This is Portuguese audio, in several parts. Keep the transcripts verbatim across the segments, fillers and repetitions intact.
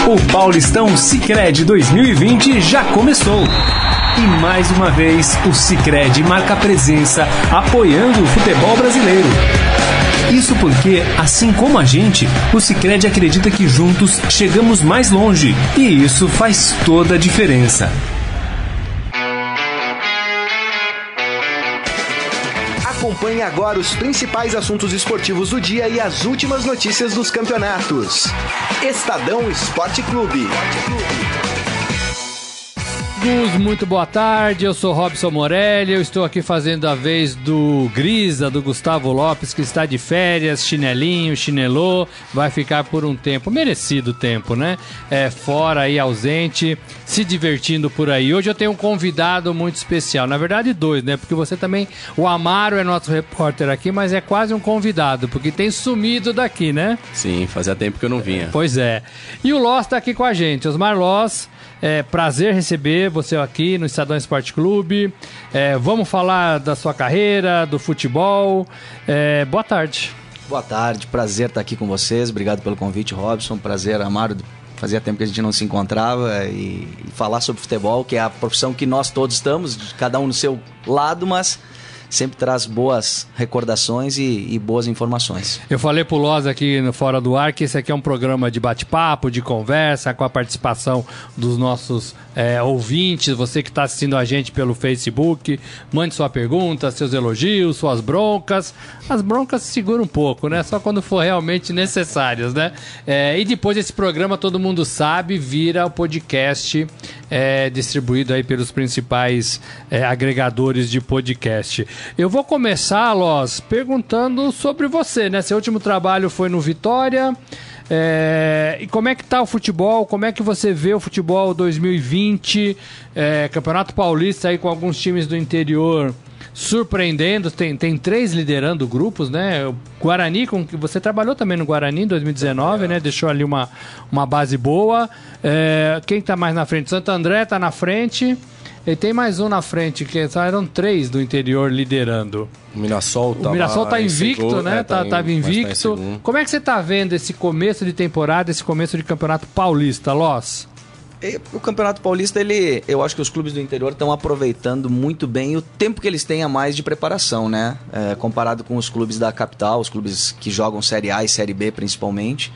O Paulistão Sicredi dois mil e vinte já começou. E mais uma vez o Sicredi marca presença apoiando o futebol brasileiro. Isso porque, assim como a gente, o Sicredi acredita que juntos chegamos mais longe. E isso faz toda a diferença. Acompanhe agora os principais assuntos esportivos do dia e as últimas notícias dos campeonatos. Estadão Esporte Clube. Amigos, muito boa tarde, eu sou Robson Morelli, eu estou aqui fazendo a vez do Grisa, do Gustavo Lopes, que está de férias, chinelinho, chinelô, vai ficar por um tempo, merecido tempo, né? É, fora aí, ausente, se divertindo por aí. Hoje eu tenho um convidado muito especial, na verdade dois, né? Porque você também, o Amaro é nosso repórter aqui, mas é quase um convidado, porque tem sumido daqui, né? Sim, fazia tempo que eu não vinha. Pois é. E o Loss está aqui com a gente, Osmar Loss. É prazer receber você aqui no Estadão Esporte Clube. É, vamos falar da sua carreira, do futebol. É, boa tarde. Boa tarde, prazer estar aqui com vocês. Obrigado pelo convite, Robson. Prazer, Amaro. Fazia tempo que a gente não se encontrava e, e falar sobre futebol, que é a profissão que nós todos estamos, cada um no seu lado, mas sempre traz boas recordações e, e boas informações. Eu falei pro Loz aqui no Fora do Ar que esse aqui é um programa de bate-papo, de conversa, com a participação dos nossos é, ouvintes. Você que está assistindo a gente pelo Facebook, mande sua pergunta, seus elogios, suas broncas. As broncas se seguram um pouco, né? Só quando for realmente necessárias, né? É, e depois esse programa, todo mundo sabe, vira o podcast é, distribuído aí pelos principais é, agregadores de podcast. Eu vou começar, Loz, perguntando sobre você, né? Seu último trabalho foi no Vitória. É... E como é que tá o futebol? Como é que você vê o futebol dois mil e vinte? É... Campeonato Paulista aí com alguns times do interior surpreendendo. Tem, tem três liderando grupos, né? O Guarani, com que você trabalhou também no Guarani em dois mil e dezenove, né? Deixou ali uma, uma base boa. É... Quem tá mais na frente? Santo André tá na frente. E tem mais um na frente, que eram três do interior liderando. O Mirassol tá, o Mirassol tá invicto, segundo, né? É, tá, tá em, invicto. Tá Como é que você tá vendo esse começo de temporada, esse começo de Campeonato Paulista, Loss? O Campeonato Paulista, ele, eu acho que os clubes do interior estão aproveitando muito bem o tempo que eles têm a mais de preparação, né? É, comparado com os clubes da capital, os clubes que jogam Série A e Série B principalmente.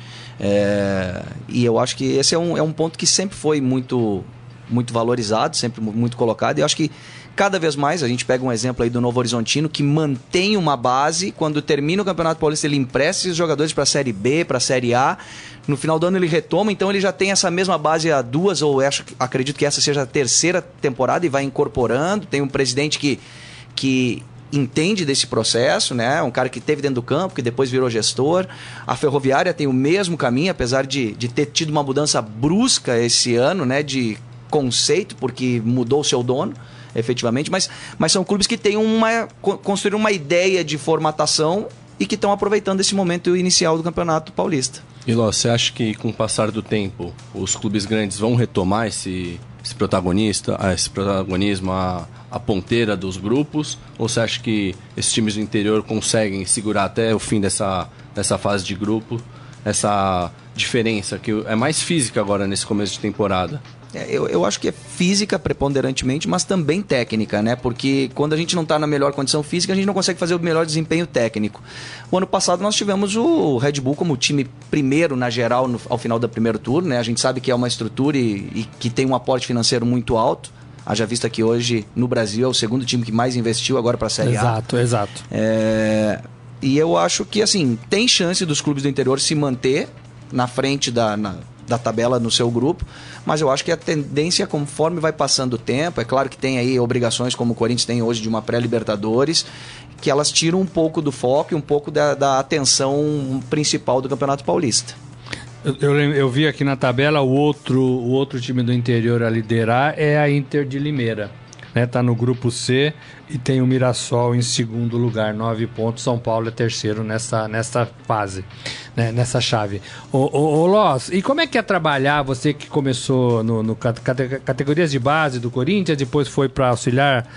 É, e eu acho que esse é um, é um ponto que sempre foi muito... muito valorizado, sempre muito colocado, e eu acho que cada vez mais, a gente pega um exemplo aí do Novo Horizontino, que mantém uma base, quando termina o Campeonato Paulista ele empresta esses jogadores para a Série B, para a Série A, no final do ano ele retoma, então ele já tem essa mesma base há duas, ou acho, acredito que essa seja a terceira temporada, e vai incorporando, tem um presidente que, que entende desse processo, né? Um cara que esteve dentro do campo, que depois virou gestor. A Ferroviária tem o mesmo caminho, apesar de, de ter tido uma mudança brusca esse ano, né? De conceito, porque mudou o seu dono, efetivamente, mas, mas são clubes que têm uma, construíram uma ideia de formatação e que estão aproveitando esse momento inicial do Campeonato Paulista. E Ló, você acha que com o passar do tempo os clubes grandes vão retomar esse, esse protagonista, esse protagonismo, a, a ponteira dos grupos, ou você acha que esses times do interior conseguem segurar até o fim dessa, dessa fase de grupo, essa diferença que é mais física agora nesse começo de temporada? Eu, eu acho que é física preponderantemente, mas também técnica, né? Porque quando a gente não está na melhor condição física, a gente não consegue fazer o melhor desempenho técnico. O ano passado nós tivemos o Red Bull como time primeiro na geral no, ao final do primeiro turno, né? A gente sabe que é uma estrutura e, e que tem um aporte financeiro muito alto. Haja vista que hoje no Brasil é o segundo time que mais investiu agora para a Série A. Exato, exato. É... E eu acho que assim, tem chance dos clubes do interior se manter na frente da... Na... da tabela no seu grupo, mas eu acho que a tendência, conforme vai passando o tempo, é claro que tem aí obrigações como o Corinthians tem hoje de uma pré-Libertadores, que elas tiram um pouco do foco e um pouco da, da atenção principal do Campeonato Paulista. Eu, eu, eu vi aqui na tabela o outro, o outro time do interior a liderar é a Inter de Limeira. Está no grupo C e tem o Mirassol em segundo lugar, nove pontos. São Paulo é terceiro nessa, nessa fase, né, nessa chave. Ô, ô, ô Loz, e como é que é trabalhar, você que começou no, no cate, categorias de base do Corinthians, depois foi para auxiliar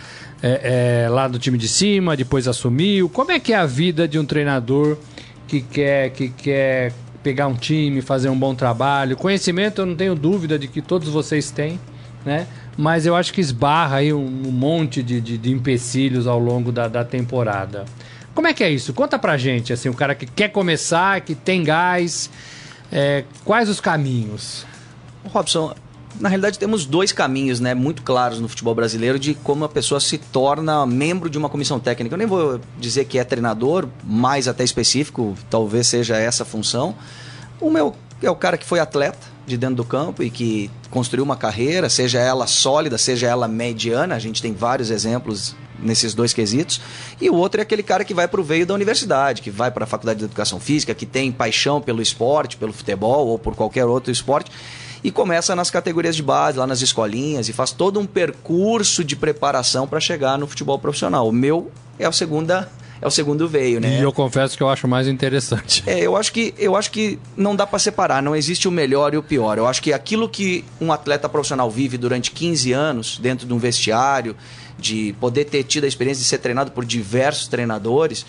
é, é, lá do time de cima, depois assumiu. Como é que é a vida de um treinador que quer, que quer pegar um time, fazer um bom trabalho. Conhecimento eu não tenho dúvida de que todos vocês têm, né? Mas eu acho que esbarra aí um, um monte de, de, de empecilhos ao longo da, da temporada. Como é que é isso? Conta pra gente, assim, o cara que quer começar, que tem gás, é, quais os caminhos? Robson, na realidade temos dois caminhos, né, muito claros no futebol brasileiro de como a pessoa se torna membro de uma comissão técnica. Eu nem vou dizer que é treinador, mais até específico, talvez seja essa a função. O meu é o cara que foi atleta de dentro do campo e que construiu uma carreira, seja ela sólida, seja ela mediana, a gente tem vários exemplos nesses dois quesitos, e o outro é aquele cara que vai para o veio da universidade, que vai para a faculdade de educação física, que tem paixão pelo esporte, pelo futebol ou por qualquer outro esporte, e começa nas categorias de base, lá nas escolinhas, e faz todo um percurso de preparação para chegar no futebol profissional. O meu é a segunda... É o segundo veio, né? E eu confesso que eu acho mais interessante. É, eu acho que, eu acho que não dá para separar, não existe o melhor e o pior. Eu acho que aquilo que um atleta profissional vive durante quinze anos, dentro de um vestiário, de poder ter tido a experiência de ser treinado por diversos treinadores,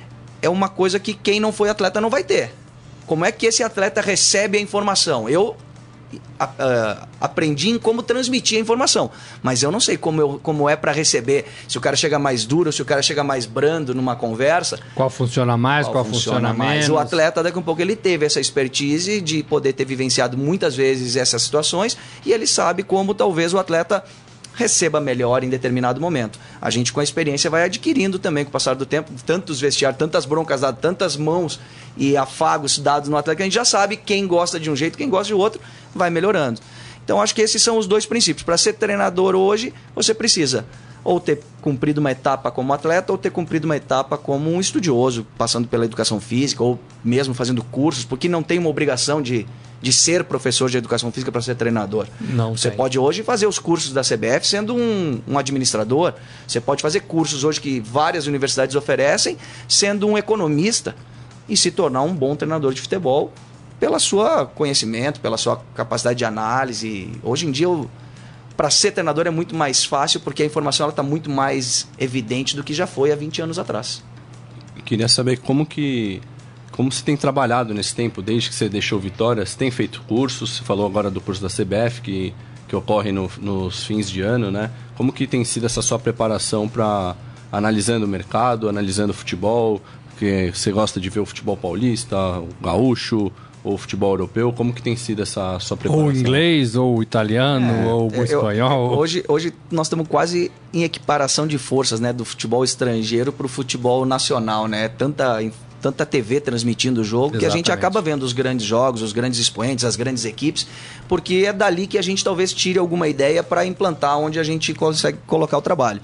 é uma coisa que quem não foi atleta não vai ter. Como é que esse atleta recebe a informação? Eu... A, a, aprendi em como transmitir a informação, mas eu não sei como, eu, como é para receber, se o cara chega mais duro, se o cara chega mais brando numa conversa, qual funciona mais, qual, qual funciona, funciona menos. O atleta, daqui a um pouco, ele teve essa expertise de poder ter vivenciado muitas vezes essas situações e ele sabe como talvez o atleta receba melhor em determinado momento. A gente, com a experiência, vai adquirindo também, com o passar do tempo, tantos vestiários, tantas broncas dadas, tantas mãos e afagos dados no atleta, que a gente já sabe quem gosta de um jeito, quem gosta de outro, vai melhorando. Então, acho que esses são os dois princípios. Para ser treinador hoje, você precisa ou ter cumprido uma etapa como atleta ou ter cumprido uma etapa como um estudioso, passando pela educação física ou mesmo fazendo cursos, porque não tem uma obrigação de, de ser professor de educação física para ser treinador. Não Você tem. pode hoje fazer os cursos da C B F sendo um, um administrador, você pode fazer cursos hoje que várias universidades oferecem sendo um economista e se tornar um bom treinador de futebol pela sua conhecimento, pela sua capacidade de análise. Hoje em dia, para ser treinador é muito mais fácil porque a informação está muito mais evidente do que já foi há vinte anos atrás. Eu queria saber como que como você tem trabalhado nesse tempo, desde que você deixou Vitória. Você tem feito cursos, você falou agora do curso da C B F, que, que ocorre no, nos fins de ano, né? Como que tem sido essa sua preparação para analisando o mercado, analisando o futebol, que você gosta de ver o futebol paulista, o gaúcho, ou o futebol europeu? Como que tem sido essa sua preparação? Ou inglês, ou italiano, É, ou eu- espanhol. Hoje, hoje nós estamos quase em equiparação de forças, né, do futebol estrangeiro para o futebol nacional, né? Tanta, tanta T V transmitindo o jogo que a gente Exatamente. acaba vendo os grandes jogos, os grandes expoentes, as grandes equipes, porque é dali que a gente talvez tire alguma ideia para implantar onde a gente consegue colocar o trabalho.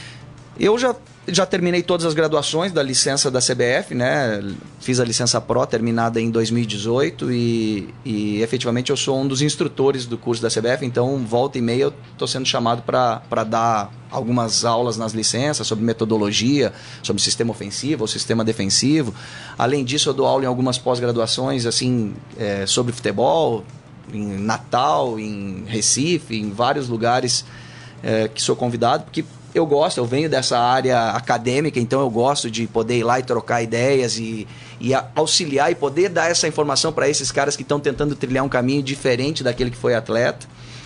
Eu já, já terminei todas as graduações da licença da C B F, né? Fiz a licença Pro, terminada em dois mil e dezoito, e, e efetivamente eu sou um dos instrutores do curso da C B F, então volta e meia eu estou sendo chamado para dar algumas aulas nas licenças sobre metodologia, sobre sistema ofensivo ou sistema defensivo. Além disso, eu dou aula em algumas pós-graduações assim, é, sobre futebol, em Natal, em Recife, em vários lugares é, que sou convidado, porque eu gosto, eu venho dessa área acadêmica, então eu gosto de poder ir lá e trocar ideias e, e a- auxiliar e poder dar essa informação para esses caras que estão tentando trilhar um caminho diferente daquele que foi atleta.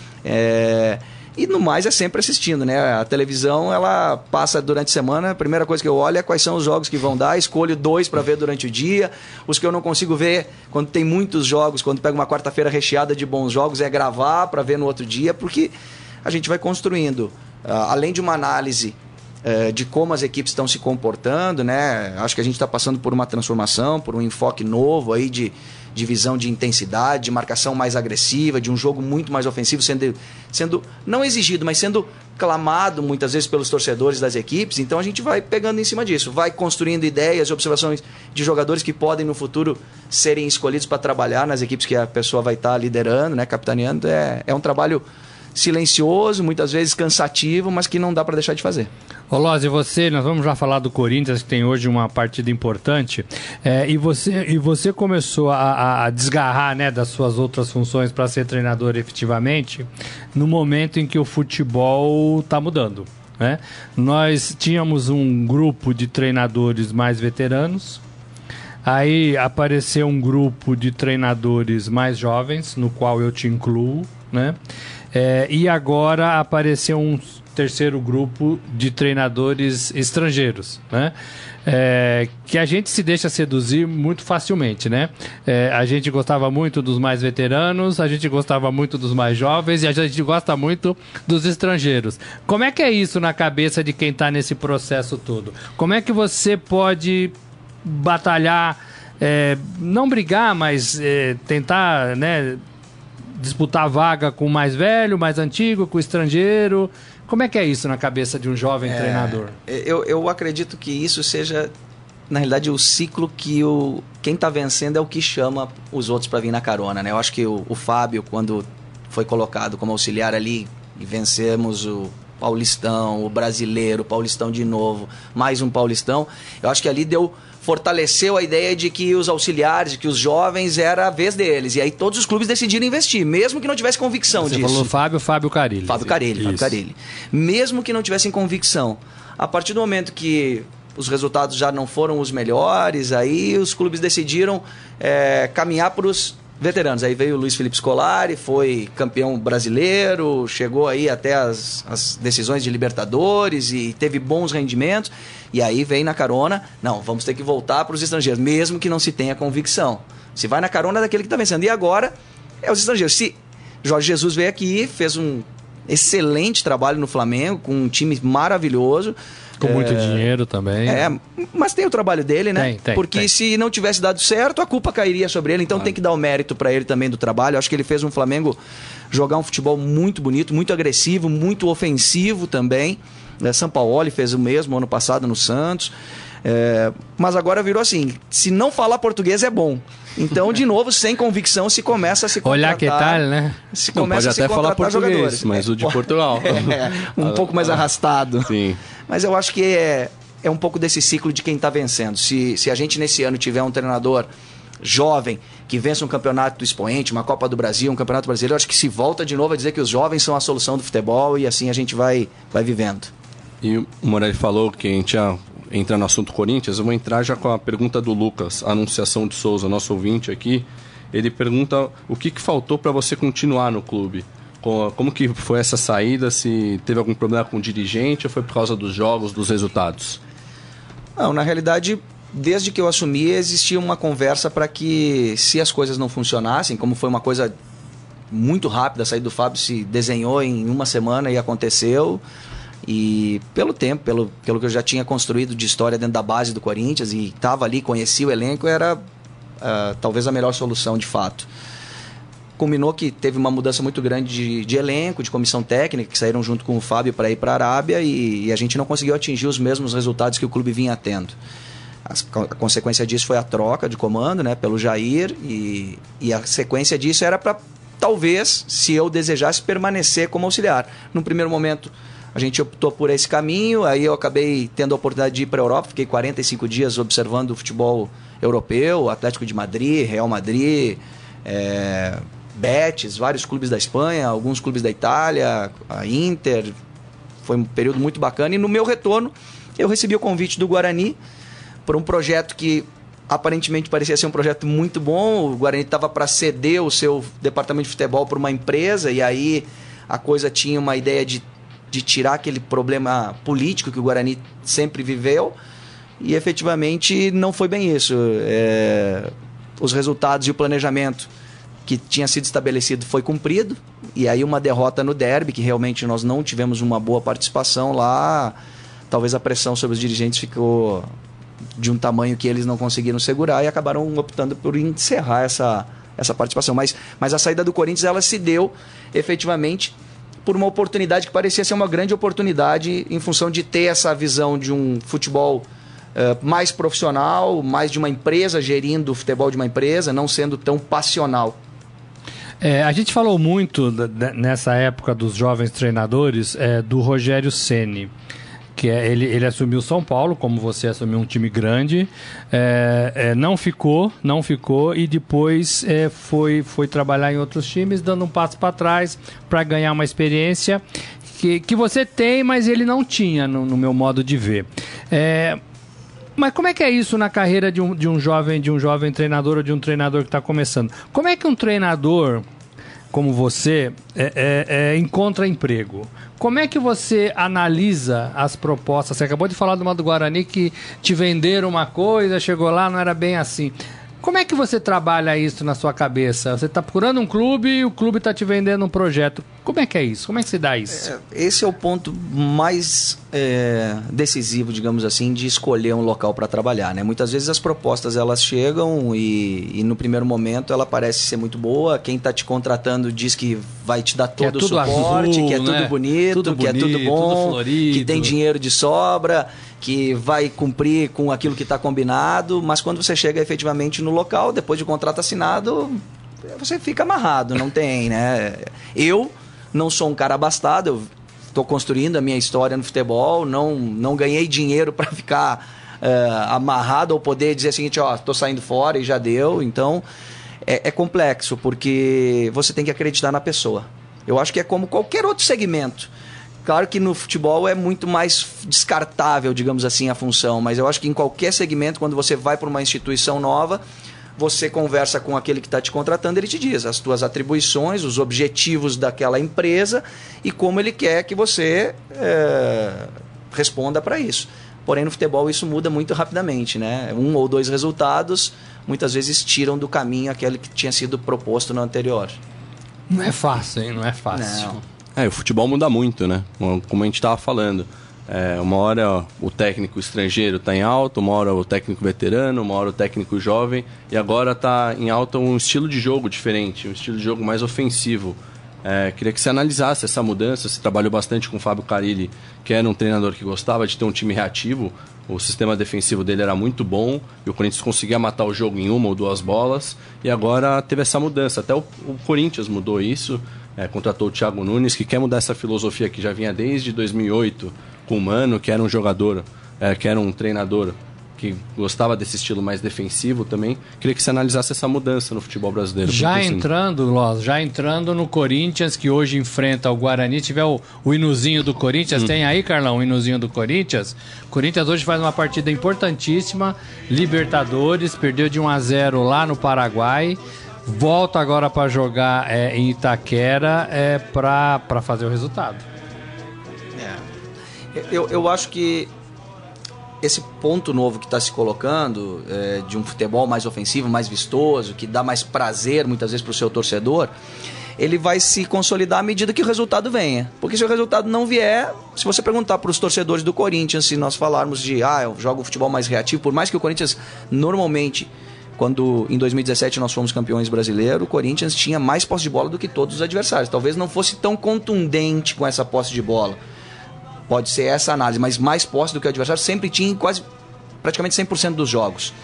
É, e no mais é sempre assistindo, né? A televisão, ela passa durante a semana, a primeira coisa que eu olho é quais são os jogos que vão dar, escolho dois para ver durante o dia. Os que eu não consigo ver, quando tem muitos jogos, quando pega uma quarta-feira recheada de bons jogos, é gravar para ver no outro dia, porque a gente vai construindo. Ah, além de uma análise eh, de como as equipes estão se comportando, né? Acho que a gente está passando por uma transformação, por um enfoque novo aí de, de visão de intensidade, de marcação mais agressiva, de um jogo muito mais ofensivo, sendo, sendo não exigido, mas sendo clamado muitas vezes pelos torcedores das equipes. Então a gente vai pegando em cima disso, vai construindo ideias e observações de jogadores que podem no futuro serem escolhidos para trabalhar nas equipes que a pessoa vai estar liderando, né? Capitaneando. É, é um trabalho silencioso, muitas vezes cansativo, mas que não dá para deixar de fazer. Ô Loz, e você, nós vamos já falar do Corinthians, que tem hoje uma partida importante, é, e, você, e você começou a, a- a desgarrar, né, das suas outras funções para ser treinador efetivamente, no momento em que o futebol está mudando, né? Nós tínhamos um grupo de treinadores mais veteranos, Aí apareceu um grupo de treinadores mais jovens, no qual eu te incluo, né? É, e agora apareceu um terceiro grupo de treinadores estrangeiros, né? É, que a gente se deixa seduzir muito facilmente, né? É, a gente gostava muito dos mais veteranos, a gente gostava muito dos mais jovens e a gente gosta muito dos estrangeiros. Como é que é isso na cabeça de quem está nesse processo todo? Como é que você pode batalhar, é, não brigar, mas é, tentar, né, disputar vaga com o mais velho, mais antigo, com o estrangeiro? Como é que é isso na cabeça de um jovem é, treinador? Eu, eu acredito que isso seja, na realidade, o ciclo que o, quem está vencendo é o que chama os outros para vir na carona, né? Eu acho que o, o Fábio, quando foi colocado como auxiliar ali, e vencemos o Paulistão, o Brasileiro, o Paulistão de novo, mais um Paulistão, eu acho que ali deu... fortaleceu a ideia de que os auxiliares, que os jovens, era a vez deles. E aí todos os clubes decidiram investir, mesmo que não tivesse convicção Você disso. Você falou Fábio, Fábio Carilli. Fábio Carilli, Fábio Carilli. Mesmo que não tivessem convicção. A partir do momento que os resultados já não foram os melhores, aí os clubes decidiram é, caminhar para os veteranos. Aí veio o Luiz Felipe Scolari, foi campeão brasileiro, chegou aí até as, as decisões de Libertadores e teve bons rendimentos. E aí vem na carona, não, vamos ter que voltar para os estrangeiros, mesmo que não se tenha convicção. Se vai na carona daquele que está vencendo. E agora é os estrangeiros. Se Jorge Jesus veio aqui, fez um excelente trabalho no Flamengo, com um time maravilhoso. Com é, muito dinheiro também. É, mas tem o trabalho dele, né? Tem, tem, Porque tem. se não tivesse dado certo, a culpa cairia sobre ele. Então ah. tem que dar o mérito para ele também do trabalho. Acho que ele fez um Flamengo jogar um futebol muito bonito, muito agressivo, muito ofensivo também. Sampaoli fez o mesmo ano passado no Santos. É, mas agora virou assim, se não falar português é bom. Então, de novo, sem convicção, se começa a se contratar... Olhar que tal, né? Se não, começa pode a se até falar português, jogadores. Mas o de Portugal. É, um ah, pouco mais ah, arrastado. Sim. Mas eu acho que é, é um pouco desse ciclo de quem está vencendo. Se, se a gente nesse ano tiver um treinador jovem que vença um campeonato do Expoente, uma Copa do Brasil, um campeonato brasileiro, eu acho que se volta de novo a dizer que os jovens são a solução do futebol e assim a gente vai, vai vivendo. E o Morelli falou que a gente ia entrar no assunto Corinthians. Eu vou entrar já com a pergunta do Lucas, a Anunciação de Souza, nosso ouvinte aqui. Ele pergunta o que, que faltou para você continuar no clube. Como que foi essa saída? Se teve algum problema com o dirigente ou foi por causa dos jogos, dos resultados? Não, na realidade, desde que eu assumi, existia uma conversa para que, se as coisas não funcionassem, como foi uma coisa muito rápida, a saída do Fábio se desenhou em uma semana e aconteceu... E pelo tempo, pelo, pelo que eu já tinha construído de história dentro da base do Corinthians e estava ali, conhecia o elenco, era uh, talvez a melhor solução de fato. Culminou que teve uma mudança muito grande de, de elenco, de comissão técnica, que saíram junto com o Fábio para ir para a Arábia e, e a gente não conseguiu atingir os mesmos resultados que o clube vinha tendo. A, a consequência disso foi a troca de comando, né, pelo Jair e, e a sequência disso era para, talvez, se eu desejasse, permanecer como auxiliar. No primeiro momento... A gente optou por esse caminho, aí eu acabei tendo a oportunidade de ir para a Europa, fiquei quarenta e cinco dias observando o futebol europeu, Atlético de Madrid, Real Madrid, é, Betis, vários clubes da Espanha, alguns clubes da Itália, a Inter, foi um período muito bacana. E no meu retorno, eu recebi o convite do Guarani para um projeto que aparentemente parecia ser um projeto muito bom. O Guarani estava para ceder o seu departamento de futebol para uma empresa, e aí a coisa tinha uma ideia de de tirar aquele problema político que o Guarani sempre viveu, e efetivamente não foi bem isso. É, os resultados e o planejamento que tinha sido estabelecido foi cumprido, e aí uma derrota no derby, que realmente nós não tivemos uma boa participação lá, talvez a pressão sobre os dirigentes ficou de um tamanho que eles não conseguiram segurar e acabaram optando por encerrar essa, essa participação. Mas, mas a saída do Corinthians, ela se deu efetivamente por uma oportunidade que parecia ser uma grande oportunidade em função de ter essa visão de um futebol uh, mais profissional, mais de uma empresa gerindo o futebol de uma empresa, não sendo tão passional. É, a gente falou muito nessa época dos jovens treinadores é, do Rogério Ceni, que é, ele, ele assumiu São Paulo, como você assumiu um time grande, é, é, não ficou, não ficou e depois é, foi, foi trabalhar em outros times, dando um passo para trás para ganhar uma experiência que, que você tem, mas ele não tinha, no, no meu modo de ver. É, Mas como é que é isso na carreira de um, de um jovem, de um jovem treinador ou de um treinador que está começando? Como é que um treinador como você é, é, é, encontra emprego? Como é que você analisa as propostas? Você acabou de falar do Modo Guarani que te venderam uma coisa, chegou lá, não era bem assim. Como é que você trabalha isso na sua cabeça? Você está procurando um clube e o clube está te vendendo um projeto. Como é que é isso? Como é que se dá isso? É, esse é o ponto mais é, decisivo, digamos assim, de escolher um local para trabalhar, né? Muitas vezes as propostas elas chegam e, e no primeiro momento ela parece ser muito boa. Quem está te contratando diz que vai te dar todo o suporte, azul, que é tudo, né? bonito, tudo que bonito, é tudo bom, tudo florido, que tem dinheiro de sobra, que vai cumprir com aquilo que está combinado, mas quando você chega efetivamente no local, depois de contrato assinado, você fica amarrado, não tem, né? Eu não sou um cara abastado, eu estou construindo a minha história no futebol, não, não ganhei dinheiro para ficar uh, amarrado ou poder dizer o seguinte, ó, estou saindo fora e já deu. Então, é, é complexo, porque você tem que acreditar na pessoa. Eu acho que é como qualquer outro segmento. Claro que no futebol é muito mais descartável, digamos assim, a função, mas eu acho que em qualquer segmento, quando você vai para uma instituição nova, você conversa com aquele que está te contratando, ele te diz as tuas atribuições, os objetivos daquela empresa e como ele quer que você é, responda para isso. Porém, no futebol isso muda muito rapidamente, né? Um ou dois resultados, muitas vezes tiram do caminho aquele que tinha sido proposto no anterior. Não é fácil, hein? Não é fácil. Não. É, o futebol muda muito, né? Como a gente estava falando. É, uma hora o técnico estrangeiro está em alta, uma hora o técnico veterano, uma hora o técnico jovem, e agora está em alta um estilo de jogo diferente, um estilo de jogo mais ofensivo. É, queria que você analisasse essa mudança. Você trabalhou bastante com o Fábio Carille, que era um treinador que gostava de ter um time reativo. O sistema defensivo dele era muito bom e o Corinthians conseguia matar o jogo em uma ou duas bolas, e agora teve essa mudança. Até o, o Corinthians mudou isso, é, contratou o Thiago Nunes, que quer mudar essa filosofia que já vinha desde dois mil e oito com o Mano, que era um jogador, é, que era um treinador que gostava desse estilo mais defensivo também. Queria que você analisasse essa mudança no futebol brasileiro. Já entrando, Loz, já entrando no Corinthians, que hoje enfrenta o Guarani, tiver o, o hinuzinho do Corinthians, hum. Tem aí, Carlão, o hinuzinho do Corinthians? O Corinthians hoje faz uma partida importantíssima, Libertadores, perdeu de um a zero lá no Paraguai, volta agora para jogar é, em Itaquera é, para fazer o resultado. É. Eu, eu acho que esse ponto novo que está se colocando, é, de um futebol mais ofensivo, mais vistoso, que dá mais prazer muitas vezes para o seu torcedor, ele vai se consolidar à medida que o resultado venha. Porque se o resultado não vier, se você perguntar para os torcedores do Corinthians, se nós falarmos de, ah, eu jogo futebol mais reativo, por mais que o Corinthians normalmente, quando em dois mil e dezessete nós fomos campeões brasileiros, o Corinthians tinha mais posse de bola do que todos os adversários. Talvez não fosse tão contundente com essa posse de bola. Pode ser essa análise, mas mais posse do que o adversário sempre tinha em quase, praticamente cem por cento dos jogos.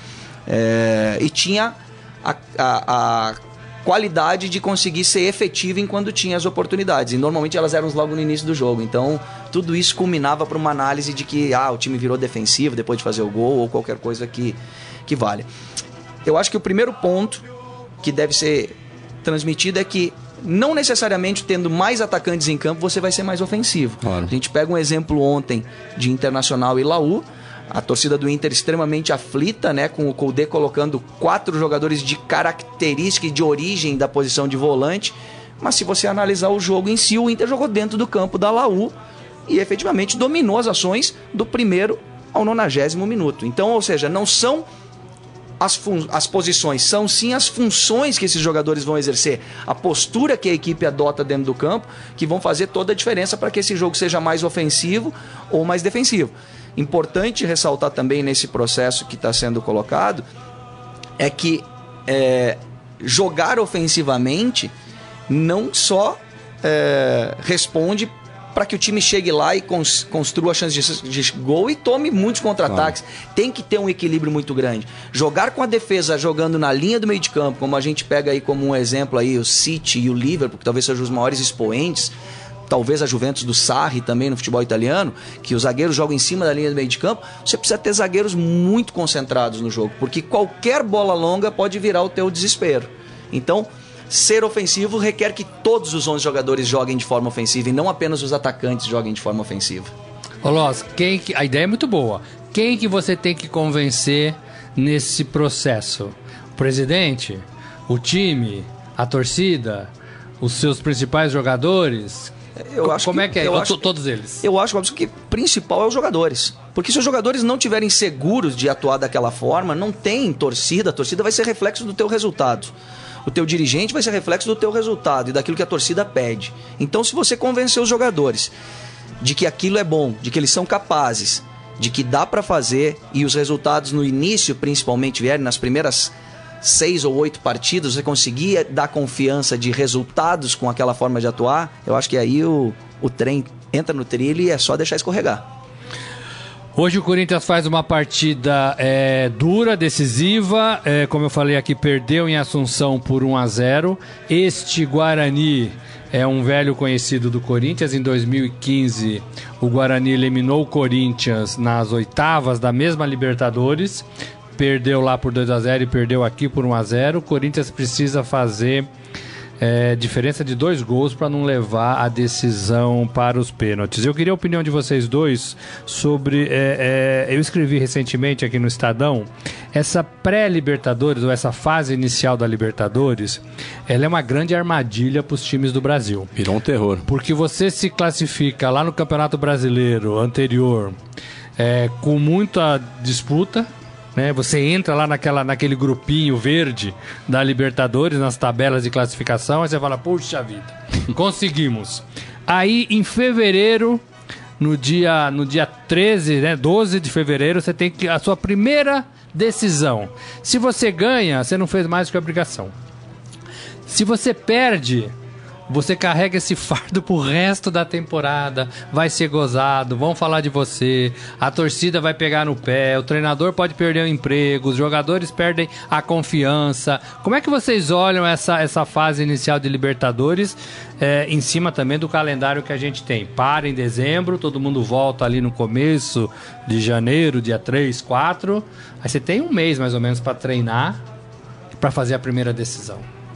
É, e tinha a, a, a qualidade de conseguir ser efetivo enquanto tinha as oportunidades. E normalmente elas eram logo no início do jogo. Então, tudo isso culminava para uma análise de que ah, o time virou defensivo depois de fazer o gol ou qualquer coisa que, que vale. Eu acho que o primeiro ponto que deve ser transmitido é que não necessariamente tendo mais atacantes em campo você vai ser mais ofensivo. Claro. A gente pega um exemplo ontem de Internacional e Laú, a torcida do Inter extremamente aflita, né, com o Koudé colocando quatro jogadores de característica e de origem da posição de volante, mas se você analisar o jogo em si, o Inter jogou dentro do campo da Laú e efetivamente dominou as ações do primeiro ao nonagésimo minuto. Então, ou seja, não são As, fun- as posições, são sim as funções que esses jogadores vão exercer, a postura que a equipe adota dentro do campo, que vão fazer toda a diferença para que esse jogo seja mais ofensivo ou mais defensivo. Importante ressaltar também nesse processo que está sendo colocado é que é, jogar ofensivamente não só é, responde para que o time chegue lá e cons- construa a chance de, de gol e tome muitos contra-ataques. Claro. Tem que ter um equilíbrio muito grande. Jogar com a defesa jogando na linha do meio de campo, como a gente pega aí como um exemplo aí o City e o Liverpool, que talvez sejam os maiores expoentes, talvez a Juventus do Sarri também no futebol italiano, que os zagueiros jogam em cima da linha do meio de campo, você precisa ter zagueiros muito concentrados no jogo, porque qualquer bola longa pode virar o teu desespero. Então, ser ofensivo requer que todos os onze jogadores joguem de forma ofensiva e não apenas os atacantes joguem de forma ofensiva. Ô Loz, quem, a ideia é muito boa. Quem que você tem que convencer nesse processo? O presidente? O time? A torcida? Os seus principais jogadores? Eu acho Como que, é que é? Eu Eu acho, todos eles. Eu acho que o principal é os jogadores. Porque se os jogadores não tiverem seguros de atuar daquela forma, não tem torcida. A torcida vai ser reflexo do teu resultado. O teu dirigente vai ser reflexo do teu resultado e daquilo que a torcida pede. Então, se você convencer os jogadores de que aquilo é bom, de que eles são capazes, de que dá para fazer, e os resultados no início, principalmente, vierem nas primeiras seis ou oito partidas, você conseguir dar confiança de resultados com aquela forma de atuar, eu acho que aí o, o trem entra no trilho e é só deixar escorregar. Hoje o Corinthians faz uma partida é, dura, decisiva, é, como eu falei aqui, perdeu em Assunção por um a zero. Este Guarani é um velho conhecido do Corinthians. Em dois mil e quinze o Guarani eliminou o Corinthians nas oitavas da mesma Libertadores, perdeu lá por dois a zero e perdeu aqui por um a zero. O Corinthians precisa fazer É, diferença de dois gols para não levar a decisão para os pênaltis. Eu queria a opinião de vocês dois sobre... É, é, eu escrevi recentemente aqui no Estadão, essa pré-Libertadores, ou essa fase inicial da Libertadores, ela é uma grande armadilha para os times do Brasil. Virou um terror. Porque você se classifica lá no Campeonato Brasileiro anterior é, com muita disputa, né? Você entra lá naquela, naquele grupinho verde da Libertadores, nas tabelas de classificação, aí você fala, puxa vida, conseguimos. Aí em fevereiro, no dia, no dia treze, né, doze de fevereiro, você tem que, a sua primeira decisão. Se você ganha, você não fez mais do que a obrigação. Se você perde, você carrega esse fardo pro resto da temporada, vai ser gozado, vão falar de você, a torcida vai pegar no pé, o treinador pode perder o emprego, os jogadores perdem a confiança. Como é que vocês olham essa, essa fase inicial de Libertadores, é, em cima também do calendário que a gente tem? Para em dezembro, todo mundo volta ali no começo de janeiro, dia três, quatro, aí você tem um mês mais ou menos para treinar, para fazer a primeira decisão.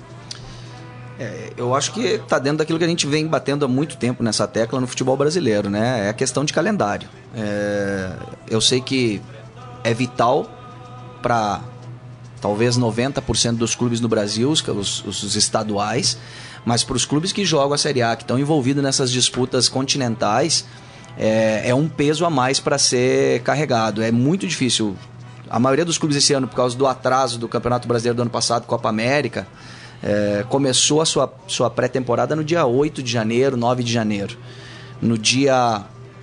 É, eu acho que está dentro daquilo que a gente vem batendo há muito tempo nessa tecla no futebol brasileiro, né? É a questão de calendário. É, eu sei que é vital para talvez noventa por cento dos clubes no Brasil, os, os, os estaduais, mas para os clubes que jogam a Série A, que estão envolvidos nessas disputas continentais, é, é um peso a mais para ser carregado. É muito difícil. A maioria dos clubes esse ano, por causa do atraso do Campeonato Brasileiro do ano passado, Copa América, É, começou a sua, sua pré-temporada no dia oito de janeiro, nove de janeiro. No dia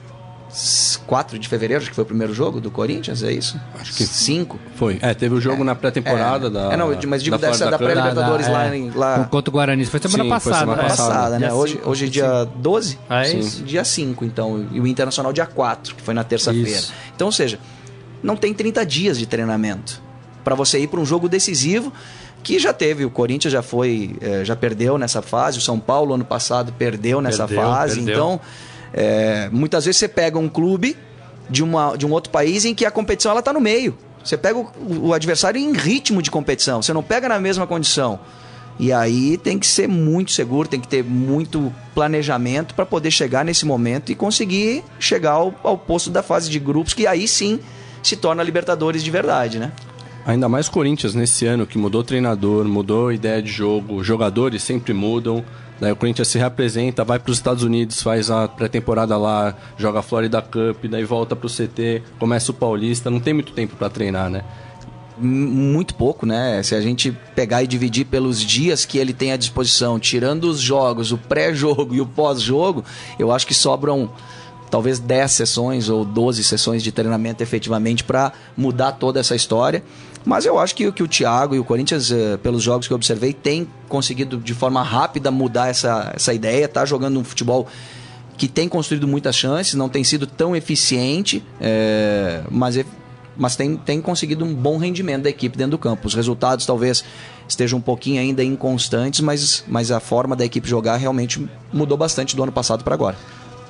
quatro de fevereiro, acho que foi o primeiro jogo do Corinthians, é isso? Acho que cinco. Foi. É, teve o jogo é, na pré-temporada é, da. É, não, mas digo da dessa da pré-Libertadores da, lá, é, em, lá. Contra o Guarani. Foi semana Sim, passada. foi semana né? passada, né? Dia Hoje, cinco, hoje é dia doze? Ah, é Sim. isso? Dia cinco, então. E o Internacional dia quatro, que foi na terça-feira. Isso. Então, ou seja, não tem trinta dias de treinamento para você ir para um jogo decisivo, que já teve, o Corinthians já foi, é, já perdeu nessa fase, o São Paulo ano passado perdeu nessa perdeu, fase, perdeu. então é, muitas vezes você pega um clube de, uma, de um outro país em que a competição ela está no meio, você pega o, o adversário em ritmo de competição, você não pega na mesma condição, e aí tem que ser muito seguro, tem que ter muito planejamento para poder chegar nesse momento e conseguir chegar ao, ao posto da fase de grupos, que aí sim se torna Libertadores de verdade, né? Ainda mais Corinthians nesse ano, que mudou treinador, mudou ideia de jogo, jogadores sempre mudam. Daí o Corinthians se reapresenta, vai para os Estados Unidos, faz a pré-temporada lá, joga a Florida Cup, daí volta para o C T, começa o Paulista, não tem muito tempo para treinar, né? Muito pouco, né? Se a gente pegar e dividir pelos dias que ele tem à disposição, tirando os jogos, o pré-jogo e o pós-jogo, eu acho que sobram talvez dez sessões ou doze sessões de treinamento efetivamente para mudar toda essa história. Mas eu acho que, que o Thiago e o Corinthians, eh, pelos jogos que eu observei, tem conseguido de forma rápida mudar essa, essa ideia, tá jogando um futebol que tem construído muitas chances, não tem sido tão eficiente, é, mas, mas tem, tem conseguido um bom rendimento da equipe dentro do campo. Os resultados talvez estejam um pouquinho ainda inconstantes, mas, mas a forma da equipe jogar realmente mudou bastante do ano passado para agora.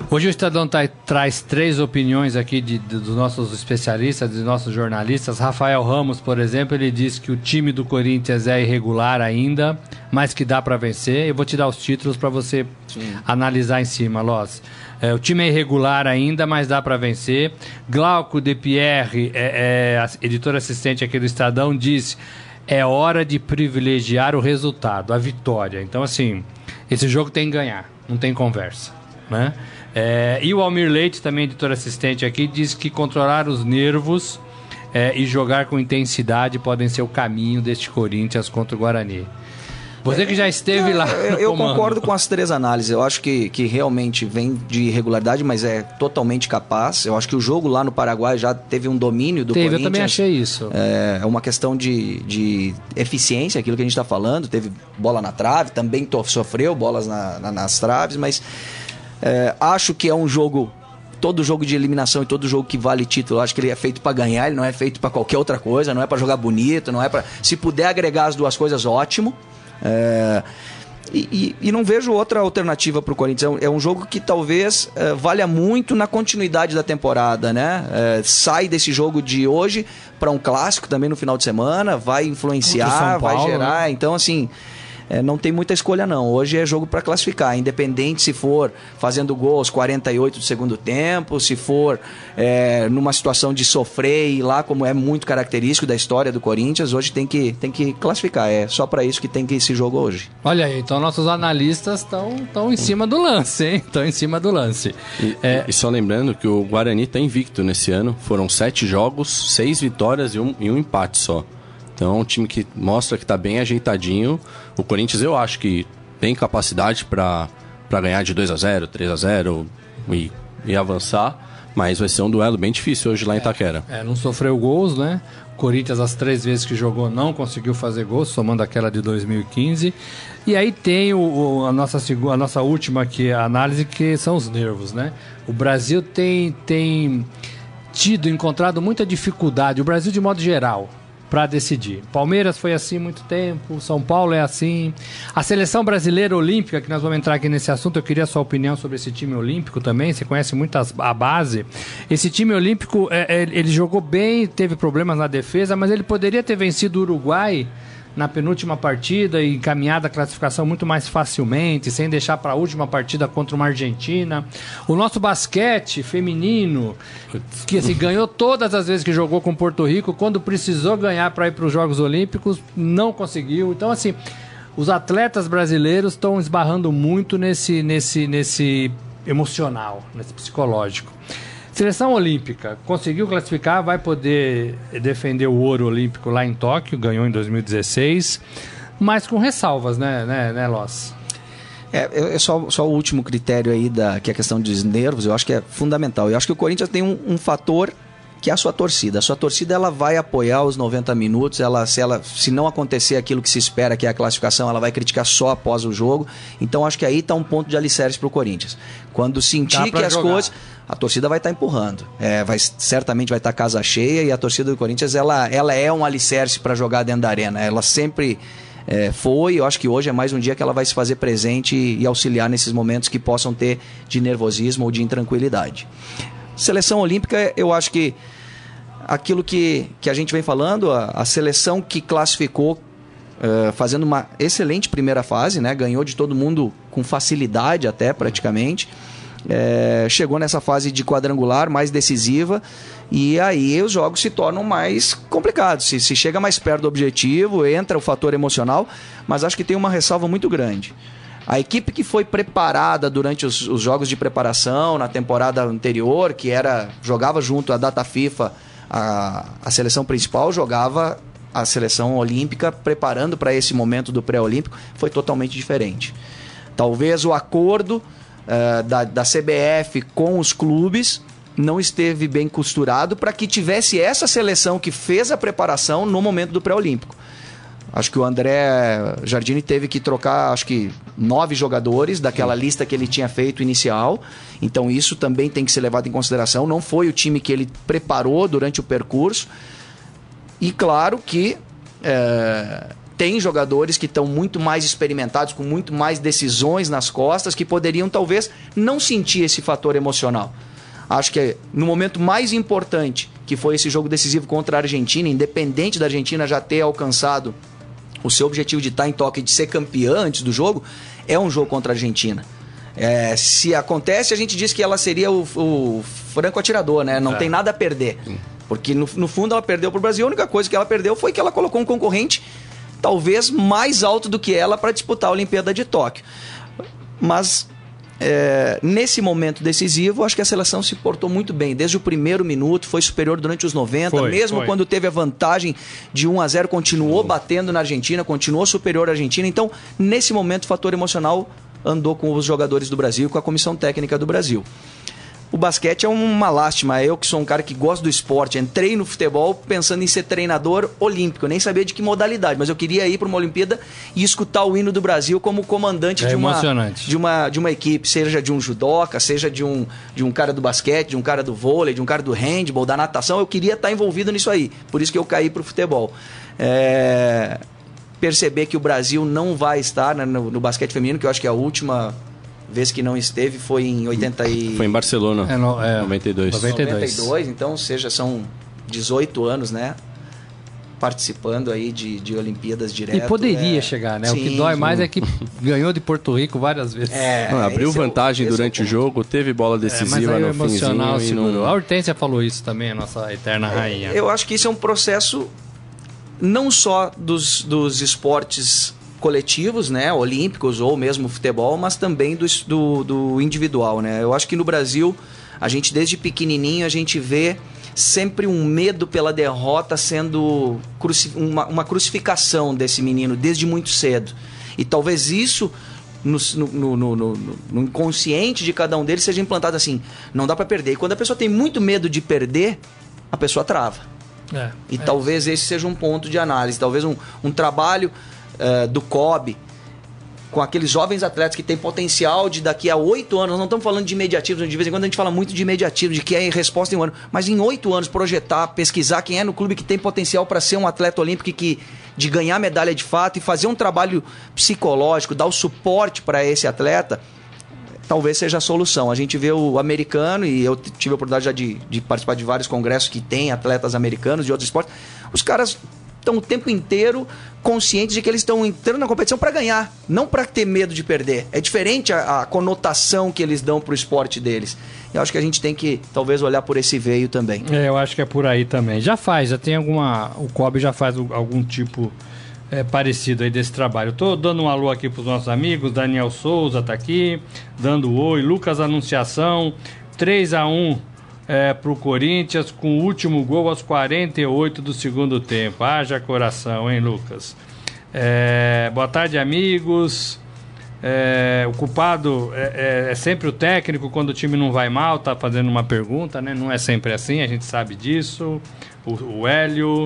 Hoje o Estadão tá, traz três opiniões aqui de, de, dos nossos especialistas, dos nossos jornalistas. Rafael Ramos, por exemplo, ele diz que o time do Corinthians é irregular ainda, mas que dá para vencer. Eu vou te dar os títulos para você Sim. analisar em cima, Loz. É, o time é irregular ainda, mas dá para vencer. Glauco de Pierre, é, é, editor assistente aqui do Estadão, diz: é hora de privilegiar o resultado, a vitória. Então, assim, esse jogo tem que ganhar, não tem conversa, né? É, e o Almir Leite, também editor assistente aqui, diz que controlar os nervos é, e jogar com intensidade podem ser o caminho deste Corinthians contra o Guarani. Você que já esteve é, lá Eu, eu concordo com as três análises. Eu acho que, que realmente vem de irregularidade, mas é totalmente capaz. Eu acho que o jogo lá no Paraguai já teve um domínio do teve, Corinthians. Eu também achei isso. É uma questão de, de eficiência, aquilo que a gente está falando. Teve bola na trave, também sofreu bolas na, na, nas traves, mas... É, acho que é um jogo, todo jogo de eliminação e todo jogo que vale título, acho que ele é feito para ganhar, ele não é feito para qualquer outra coisa, não é para jogar bonito, não é para, se puder agregar as duas coisas, ótimo. É, e, e, e não vejo outra alternativa para o Corinthians. É um jogo que talvez é, valha muito na continuidade da temporada, né? É, sai desse jogo de hoje para um clássico também no final de semana, vai influenciar, Paulo, vai gerar, né? Então assim... É, não tem muita escolha não, hoje é jogo para classificar, independente se for fazendo gol aos quarenta e oito do segundo tempo, se for é, numa situação de sofrer e lá, como é muito característico da história do Corinthians, hoje tem que, tem que classificar, é só para isso que tem que ir esse jogo hoje. Olha aí, então nossos analistas estão em cima do lance, hein? Estão em cima do lance. E, é... e só lembrando que o Guarani está invicto nesse ano, foram sete jogos, seis vitórias e um, e um empate só. Então, um time que mostra que está bem ajeitadinho. O Corinthians, eu acho que tem capacidade para ganhar de dois a zero, três a zero e, e avançar. Mas vai ser um duelo bem difícil hoje lá em Itaquera. É, é, não sofreu gols, né? O Corinthians, as três vezes que jogou, não conseguiu fazer gols, somando aquela de dois mil e quinze. E aí tem o, o, a, nossa, a nossa última aqui, a análise, que são os nervos, né? O Brasil tem, tem tido, encontrado muita dificuldade, o Brasil de modo geral, para decidir. Palmeiras foi assim há muito tempo, São Paulo é assim. A seleção brasileira olímpica, que nós vamos entrar aqui nesse assunto, eu queria a sua opinião sobre esse time olímpico também, você conhece muito as, a base. Esse time olímpico, é, é, ele jogou bem, teve problemas na defesa, mas ele poderia ter vencido o Uruguai na penúltima partida e encaminhado a classificação muito mais facilmente, sem deixar para a última partida contra uma Argentina. O nosso basquete feminino, que assim, ganhou todas as vezes que jogou com Porto Rico, quando precisou ganhar para ir para os Jogos Olímpicos, não conseguiu. Então, assim, os atletas brasileiros estão esbarrando muito nesse, nesse, nesse emocional, nesse psicológico. Seleção olímpica, conseguiu classificar, vai poder defender o ouro olímpico lá em Tóquio, ganhou em dois mil e dezesseis, mas com ressalvas, né, né, né Loz? É, é só, só o último critério aí, da, que é a questão dos nervos, eu acho que é fundamental. Eu acho que o Corinthians tem um, um fator que é a sua torcida. A sua torcida, ela vai apoiar os noventa minutos, ela, se, ela, se não acontecer aquilo que se espera, que é a classificação, ela vai criticar só após o jogo. Então acho que aí está um ponto de alicerce para o Corinthians. Quando sentir que as jogar. coisas... A torcida vai estar tá empurrando. É, vai, certamente vai estar tá casa cheia, e a torcida do Corinthians, ela, ela é um alicerce para jogar dentro da arena. Ela sempre é, foi, eu acho que hoje é mais um dia que ela vai se fazer presente e, e auxiliar nesses momentos que possam ter de nervosismo ou de intranquilidade. Seleção olímpica, eu acho que aquilo que, que a gente vem falando, a, a seleção que classificou uh, fazendo uma excelente primeira fase, né? Ganhou de todo mundo com facilidade até praticamente, é, chegou nessa fase de quadrangular mais decisiva, e aí os jogos se tornam mais complicados, se, se chega mais perto do objetivo, entra o fator emocional, mas acho que tem uma ressalva muito grande. A equipe que foi preparada durante os, os jogos de preparação na temporada anterior, que era jogava junto à data FIFA, a, a seleção principal jogava a seleção olímpica preparando para esse momento do pré-olímpico, foi totalmente diferente. Talvez o acordo uh, da, da C B F com os clubes não esteve bem costurado para que tivesse essa seleção que fez a preparação no momento do pré-olímpico. Acho que o André Jardini teve que trocar, acho que nove jogadores daquela Sim. lista que ele tinha feito inicial. Então isso também tem que ser levado em consideração. Não foi o time que ele preparou durante o percurso. E claro que é, tem jogadores que estão muito mais experimentados, com muito mais decisões nas costas, que poderiam talvez não sentir esse fator emocional. Acho que no momento mais importante, que foi esse jogo decisivo contra a Argentina, independente da Argentina já ter alcançado o seu objetivo de estar em Tóquio e de ser campeã antes do jogo, é um jogo contra a Argentina. É, se acontece, a gente diz que ela seria o, o franco atirador, né? Não é. tem nada a perder. Sim. Porque no, no fundo ela perdeu para o Brasil, a única coisa que ela perdeu foi que ela colocou um concorrente talvez mais alto do que ela para disputar a Olimpíada de Tóquio. Mas é, nesse momento decisivo, acho que a seleção se portou muito bem. Desde o primeiro minuto, foi superior durante os noventa, foi, mesmo foi. quando teve a vantagem de um a zero, continuou batendo na Argentina, continuou superior à Argentina. Então, nesse momento, o fator emocional andou com os jogadores do Brasil e com a comissão técnica do Brasil. O basquete é uma lástima. Eu que sou um cara que gosta do esporte, entrei no futebol pensando em ser treinador olímpico. Eu nem sabia de que modalidade, mas eu queria ir para uma Olimpíada e escutar o hino do Brasil como comandante é de, uma, de, uma, de uma equipe, seja de um judoca, seja de um, de um cara do basquete, de um cara do vôlei, de um cara do handball, da natação. Eu queria estar envolvido nisso aí. Por isso que eu caí para o futebol. É... Perceber que o Brasil não vai estar né, no, no basquete feminino, que eu acho que a última vez que não esteve foi em oitenta e... Foi em Barcelona, é, no, é, noventa e dois. noventa e dois. noventa e dois, então, ou seja, são dezoito anos, né? Participando aí de, de Olimpíadas direto. E poderia é... chegar, né? Sim, o que dói sim. mais é que ganhou de Porto Rico várias vezes. É, não, abriu vantagem é o, durante é o, o jogo, teve bola decisiva é, no emocional finzinho. E não... A Hortência falou isso também, a nossa eterna é, rainha. Eu acho que isso é um processo não só dos, dos esportes coletivos, né, olímpicos ou mesmo futebol, mas também do, do, do individual, né? Eu acho que no Brasil, a gente desde pequenininho, a gente vê sempre um medo pela derrota sendo cruci- uma, uma crucificação desse menino desde muito cedo. E talvez isso no, no, no, no, no inconsciente de cada um deles seja implantado assim, não dá para perder. E quando a pessoa tem muito medo de perder, a pessoa trava. É, e é talvez isso. esse seja um ponto de análise, talvez um, um trabalho Uh, do C O B, com aqueles jovens atletas que têm potencial de daqui a oito anos, nós não estamos falando de imediatismo, de vez em quando a gente fala muito de imediatismo, de que é resposta em um ano, mas em oito anos projetar, pesquisar quem é no clube que tem potencial para ser um atleta olímpico e que, de ganhar medalha de fato e fazer um trabalho psicológico, dar o suporte para esse atleta, talvez seja a solução. A gente vê o americano, e eu tive a oportunidade já de, de participar de vários congressos que tem atletas americanos de outros esportes, os caras estão o tempo inteiro conscientes de que eles estão entrando na competição para ganhar, não para ter medo de perder. É diferente a, a conotação que eles dão para o esporte deles. Eu acho que a gente tem que talvez olhar por esse veio também. É, eu acho que é por aí também. Já faz, já tem alguma... O C O B já faz algum tipo é, parecido aí desse trabalho. Eu tô dando um alô aqui para os nossos amigos. Daniel Souza tá aqui, dando oi. Lucas Anunciação, três a um É, pro Corinthians, com o último gol aos quarenta e oito do segundo tempo. Haja coração, hein, Lucas? É, boa tarde, amigos. É, o culpado é, é, é sempre o técnico quando o time não vai mal, tá fazendo uma pergunta, né? Não é sempre assim, a gente sabe disso. O, o Hélio,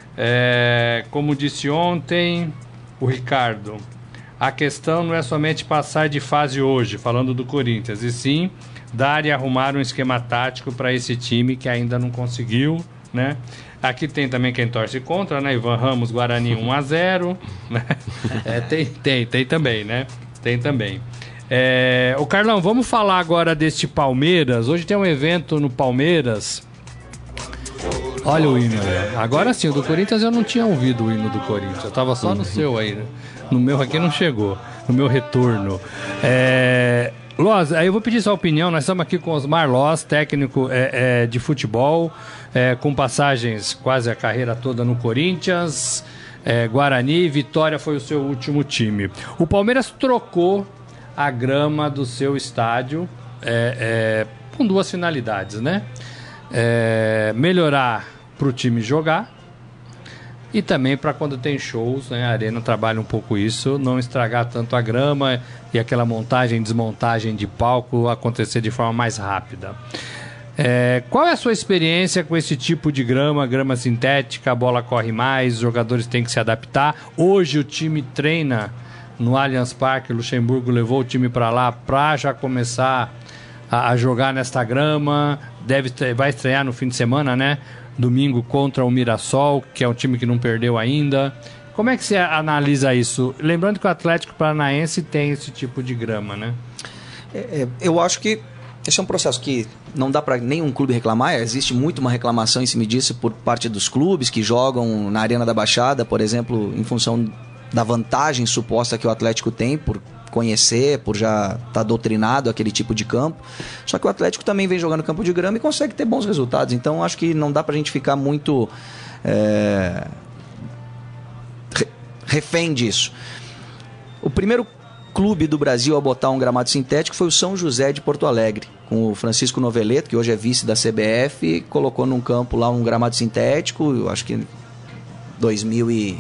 é, como disse ontem o Ricardo, a questão não é somente passar de fase hoje, falando do Corinthians, e sim dar e arrumar um esquema tático para esse time que ainda não conseguiu, né? Aqui tem também quem torce contra, né? Ivan Ramos, Guarani um a zero, né? É, tem, tem, tem também, né? Tem também. É, o Carlão, vamos falar agora deste Palmeiras. Hoje tem um evento no Palmeiras. Olha o hino aí. Agora sim, o do Corinthians eu não tinha ouvido o hino do Corinthians. Eu tava só no seu aí, né? No meu aqui não chegou. No meu retorno. É... Loz, aí eu vou pedir sua opinião. Nós estamos aqui com Osmar Loz, técnico é, é, de futebol, é, com passagens quase a carreira toda no Corinthians, é, Guarani, Vitória foi o seu último time. O Palmeiras trocou a grama do seu estádio é, é, com duas finalidades, né? É, melhorar para o time jogar e também para quando tem shows, né? A Arena trabalha um pouco isso, não estragar tanto a grama e aquela montagem, desmontagem de palco acontecer de forma mais rápida. É, qual é a sua experiência com esse tipo de grama, grama sintética, a bola corre mais, os jogadores têm que se adaptar? Hoje o time treina no Allianz Parque, o Luxemburgo levou o time para lá para já começar a, a jogar nesta grama, deve, vai estrear no fim de semana, né? Domingo contra o Mirassol, que é um time que não perdeu ainda. Como é que você analisa isso? Lembrando que o Atlético Paranaense tem esse tipo de grama, né? É, é, eu acho que esse é um processo que não dá para nenhum clube reclamar. Existe muito uma reclamação em cima disso por parte dos clubes que jogam na Arena da Baixada, por exemplo, em função da vantagem suposta que o Atlético tem por conhecer, por já estar tá doutrinado aquele tipo de campo. Só que o Atlético também vem jogando campo de grama e consegue ter bons resultados. Então acho que não dá pra gente ficar muito é, refém disso. O primeiro clube do Brasil a botar um gramado sintético foi o São José de Porto Alegre, com o Francisco Noveleto, que hoje é vice da C B F, colocou num campo lá um gramado sintético, eu acho que dois mil e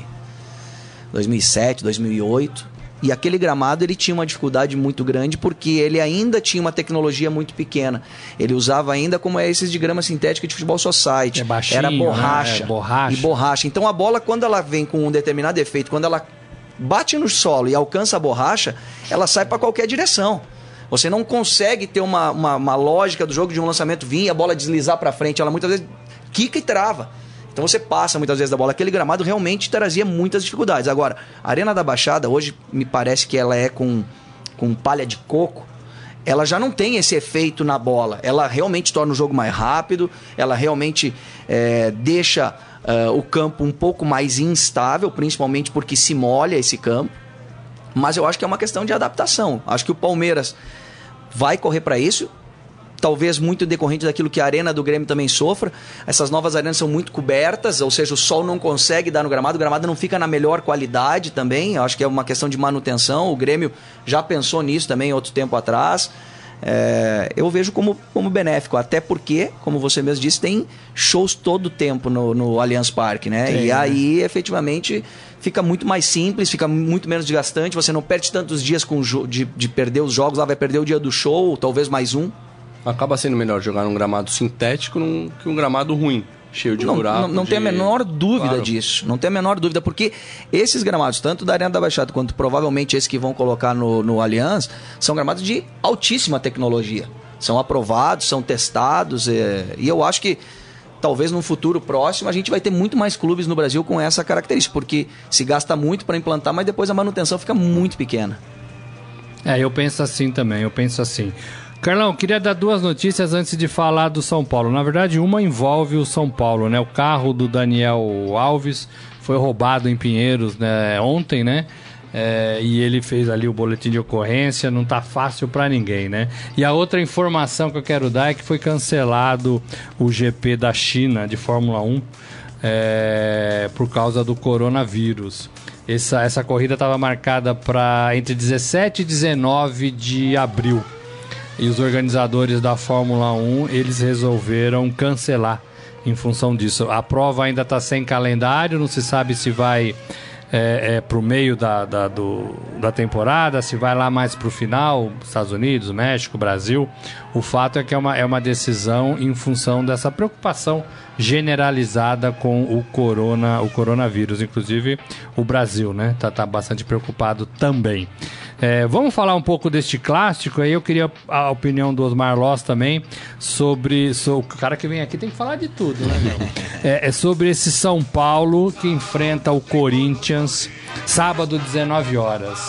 sete, dois mil e oito, e aquele gramado ele tinha uma dificuldade muito grande porque ele ainda tinha uma tecnologia muito pequena. Ele usava ainda como é esses de grama sintética de futebol society. É baixinho, era borracha, né? É borracha. E borracha. Então a bola, quando ela vem com um determinado efeito, quando ela bate no solo e alcança a borracha, ela sai para qualquer direção. Você não consegue ter uma, uma, uma lógica do jogo de um lançamento vir e a bola deslizar para frente. Ela muitas vezes quica e trava. Então você passa muitas vezes da bola. Aquele gramado realmente trazia muitas dificuldades. Agora, a Arena da Baixada, hoje me parece que ela é com, com palha de coco. Ela já não tem esse efeito na bola. Ela realmente torna o jogo mais rápido. Ela realmente é, deixa uh, o campo um pouco mais instável, principalmente porque se molha esse campo. Mas eu acho que é uma questão de adaptação. Acho que o Palmeiras vai correr para isso. Talvez muito decorrente daquilo que a arena do Grêmio também sofra. Essas novas arenas são muito cobertas, ou seja, o sol não consegue dar no gramado, o gramado não fica na melhor qualidade também. Eu acho que é uma questão de manutenção. O Grêmio já pensou nisso também outro tempo atrás. É, eu vejo como, como benéfico, até porque, como você mesmo disse, tem shows todo o tempo no, no Allianz Parque, né? Sim, e aí, né? efetivamente, fica muito mais simples, fica muito menos desgastante. Você não perde tantos dias com de, de perder os jogos, lá vai perder o dia do show, ou talvez mais um. Acaba sendo melhor jogar num gramado sintético num, que um gramado ruim, cheio de buraco. Não, não, não de... tem a menor dúvida claro. disso. Não tem a menor dúvida, porque esses gramados, tanto da Arena da Baixada quanto provavelmente esses que vão colocar no, no Allianz, são gramados de altíssima tecnologia. São aprovados, são testados, é, e eu acho que talvez num futuro próximo a gente vai ter muito mais clubes no Brasil com essa característica, porque se gasta muito para implantar, mas depois a manutenção fica muito pequena. É, eu penso assim também, eu penso assim. Carlão, queria dar duas notícias antes de falar do São Paulo. Na verdade, uma envolve o São Paulo, né? O carro do Daniel Alves foi roubado em Pinheiros, né? Ontem, né? É, e ele fez ali o boletim de ocorrência, não tá fácil para ninguém, né? E a outra informação que eu quero dar é que foi cancelado o G P da China de Fórmula um é, por causa do coronavírus. Essa, essa corrida estava marcada para entre dezessete e dezenove de abril. E os organizadores da Fórmula um, eles resolveram cancelar em função disso. A prova ainda está sem calendário, não se sabe se vai é, é, para o meio da, da, do, da temporada, se vai lá mais para o final, Estados Unidos, México, Brasil. O fato é que é uma, é uma decisão em função dessa preocupação generalizada com o, corona, o coronavírus. Inclusive o Brasil, né? Tá, tá bastante preocupado também. É, vamos falar um pouco deste clássico. Aí eu queria a opinião do Osmar Loss também sobre, sobre... O cara que vem aqui tem que falar de tudo, né, meu? É, é sobre esse São Paulo que enfrenta o Corinthians sábado, dezenove horas.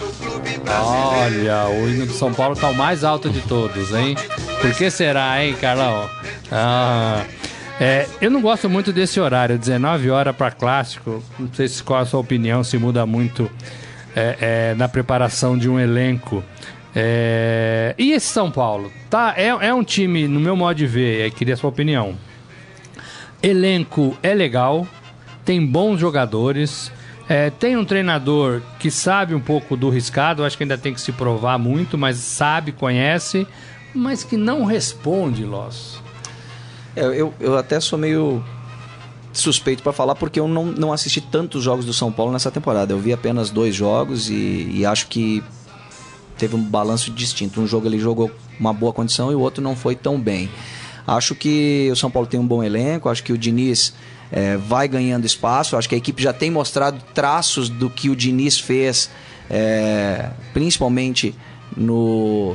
Olha, o hino do São Paulo tá o mais alto de todos, hein? Por que será, hein, Carlão? Ah... É, eu não gosto muito desse horário, dezenove horas para clássico. Não sei se qual a sua opinião, se muda muito é, é, na preparação de um elenco. É, e esse São Paulo? Tá, é, é um time, no meu modo de ver, eu queria a sua opinião. Elenco é legal, tem bons jogadores, é, tem um treinador que sabe um pouco do riscado, acho que ainda tem que se provar muito, mas sabe, conhece, mas que não responde, Loss. Eu, eu, eu até sou meio suspeito para falar porque eu não, não assisti tantos jogos do São Paulo nessa temporada. Eu vi apenas dois jogos e, e acho que teve um balanço distinto. Um jogo ele jogou uma boa condição e o outro não foi tão bem. Acho que o São Paulo tem um bom elenco, acho que o Diniz é, vai ganhando espaço, acho que a equipe já tem mostrado traços do que o Diniz fez, é, principalmente no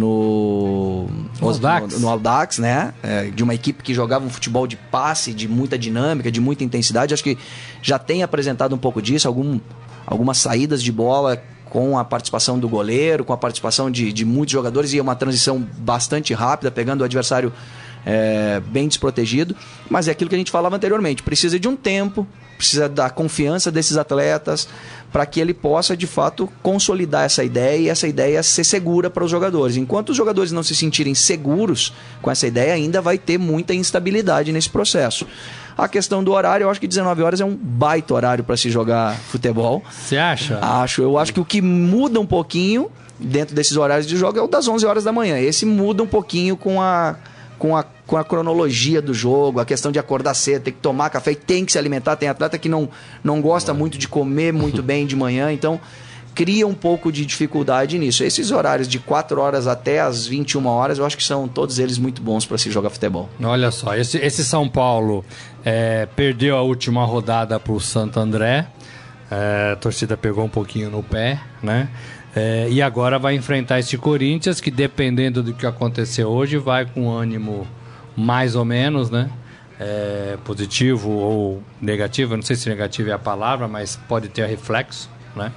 no Audax, no, no Audax, né? É, de uma equipe que jogava um futebol de passe, de muita dinâmica, de muita intensidade. Acho que já tem apresentado um pouco disso, algum, algumas saídas de bola com a participação do goleiro, com a participação de, de muitos jogadores, e é uma transição bastante rápida, pegando o adversário é, bem desprotegido. Mas é aquilo que a gente falava anteriormente, precisa de um tempo, precisa da confiança desses atletas para que ele possa, de fato, consolidar essa ideia e essa ideia ser segura para os jogadores. Enquanto os jogadores não se sentirem seguros com essa ideia, ainda vai ter muita instabilidade nesse processo. A questão do horário, eu acho que dezenove horas é um baita horário para se jogar futebol. Você acha? Acho. Eu acho que o que muda um pouquinho dentro desses horários de jogo é o das onze horas da manhã. Esse muda um pouquinho com a... Com a, com a cronologia do jogo, a questão de acordar cedo, ter que tomar café e tem que se alimentar. Tem atleta que não, não gosta muito de comer muito bem de manhã, então cria um pouco de dificuldade nisso. Esses horários de quatro horas até as vinte e uma horas, eu acho que são todos eles muito bons para se jogar futebol. Olha só, esse, esse São Paulo é, perdeu a última rodada para o Santo André, é, a torcida pegou um pouquinho no pé, né? É, e agora vai enfrentar esse Corinthians, que dependendo do que acontecer hoje, vai com ânimo mais ou menos, né? É, positivo ou negativo, eu não sei se negativo é a palavra, mas pode ter reflexo, né?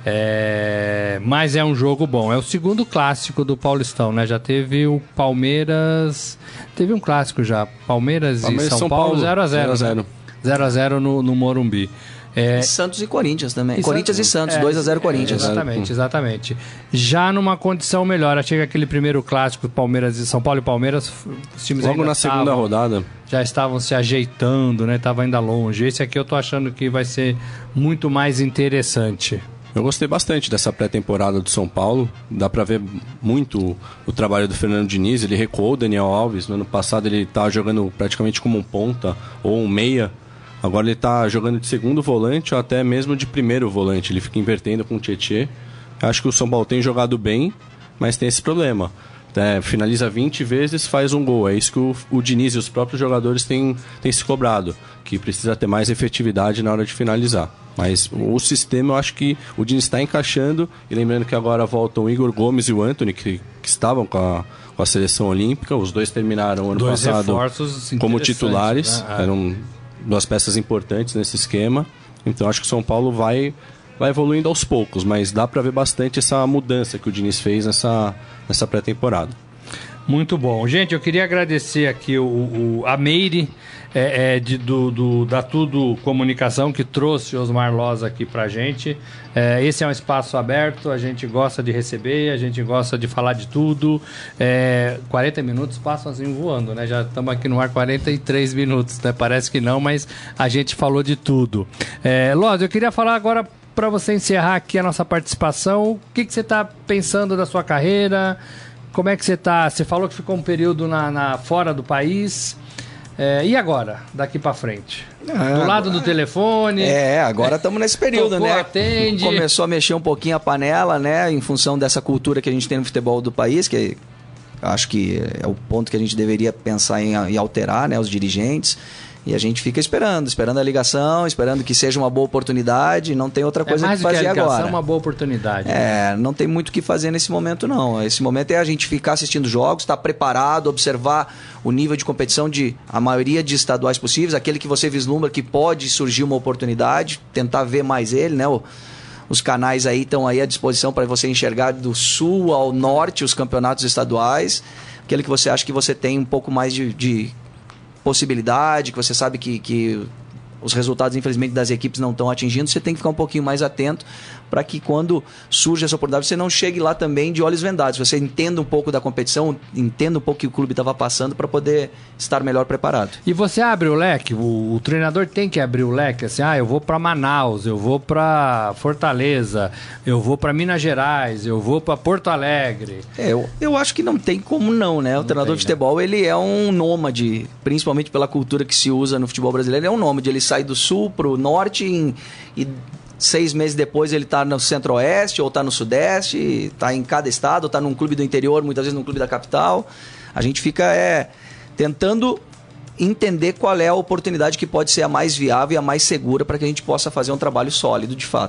É, mas é um jogo bom, é o segundo clássico do Paulistão, né? Já teve o Palmeiras, teve um clássico já, Palmeiras, Palmeiras e São, São Paulo zero a zero, zero a zero no, no Morumbi. É, e Santos e Corinthians também. E Corinthians Santos, e Santos, é, dois a zero Corinthians. É, exatamente, exatamente. Já numa condição melhor. Achei que aquele primeiro clássico, Palmeiras e São Paulo e Palmeiras, os times logo ainda na estavam, segunda rodada já estavam se ajeitando, né? Tava ainda longe. Esse aqui eu tô achando que vai ser muito mais interessante. Eu gostei bastante dessa pré-temporada do São Paulo. Dá pra ver muito o trabalho do Fernando Diniz. Ele recuou o Daniel Alves. No ano passado ele tava jogando praticamente como um ponta ou um meia. Agora ele está jogando de segundo volante ou até mesmo de primeiro volante. Ele fica invertendo com o Tietê. Acho que o São Paulo tem jogado bem, mas tem esse problema. É, finaliza vinte vezes, faz um gol. É isso que o, o Diniz e os próprios jogadores têm, têm se cobrado. Que precisa ter mais efetividade na hora de finalizar. Mas o sistema, eu acho que o Diniz está encaixando. E lembrando que agora voltam o Igor Gomes e o Antony, que, que estavam com a, com a seleção olímpica. Os dois terminaram ano dois passado como titulares. Né? É. Eram duas peças importantes nesse esquema. Então acho que o São Paulo vai, vai evoluindo aos poucos, mas dá para ver bastante essa mudança que o Diniz fez nessa, nessa pré-temporada. Muito bom. Gente, eu queria agradecer aqui o, o, a Meire é, é, de, do, do, da Tudo Comunicação, que trouxe Osmar Loz aqui pra gente. É, esse é um espaço aberto, a gente gosta de receber, a gente gosta de falar de tudo. É, quarenta minutos passam assim voando, né? Já estamos aqui no ar quarenta e três minutos, né? Parece que não, mas a gente falou de tudo. É, Loz, eu queria falar agora, para você encerrar aqui a nossa participação, o que, que você está pensando da sua carreira? Como é que você está? Você falou que ficou um período na, na, fora do país. É, e agora, daqui para frente? Ah, do agora, lado do telefone? É, agora estamos nesse período, tocou, né? Atende. Começou a mexer um pouquinho a panela, né? Em função dessa cultura que a gente tem no futebol do país, que acho que é o ponto que a gente deveria pensar em, em alterar, né? Os dirigentes. E a gente fica esperando, esperando a ligação, esperando que seja uma boa oportunidade, não tem outra coisa é mais que fazer do que a ligação, agora. É uma boa oportunidade. É, não tem muito o que fazer nesse momento não. Esse momento é a gente ficar assistindo jogos, estar preparado, observar o nível de competição de a maioria de estaduais possíveis, aquele que você vislumbra que pode surgir uma oportunidade, tentar ver mais ele, né? O, os canais aí estão aí à disposição para você enxergar do sul ao norte os campeonatos estaduais, aquele que você acha que você tem um pouco mais de, de possibilidade, que você sabe que, que os resultados, infelizmente, das equipes não estão atingindo, você tem que ficar um pouquinho mais atento para que quando surge essa oportunidade, você não chegue lá também de olhos vendados, você entenda um pouco da competição, entenda um pouco o que o clube estava passando para poder estar melhor preparado. E você abre o leque, o, o treinador tem que abrir o leque, assim, ah, eu vou para Manaus, eu vou para Fortaleza, eu vou para Minas Gerais, eu vou para Porto Alegre. É, eu, eu acho que não tem como não, né? O não treinador tem, de futebol, né? Ele é um nômade, principalmente pela cultura que se usa no futebol brasileiro, ele é um nômade, ele sai do sul pro norte em, e seis meses depois ele está no centro-oeste ou está no sudeste, está em cada estado, está num clube do interior, muitas vezes num clube da capital. A gente fica é, tentando entender qual é a oportunidade que pode ser a mais viável e a mais segura para que a gente possa fazer um trabalho sólido de fato.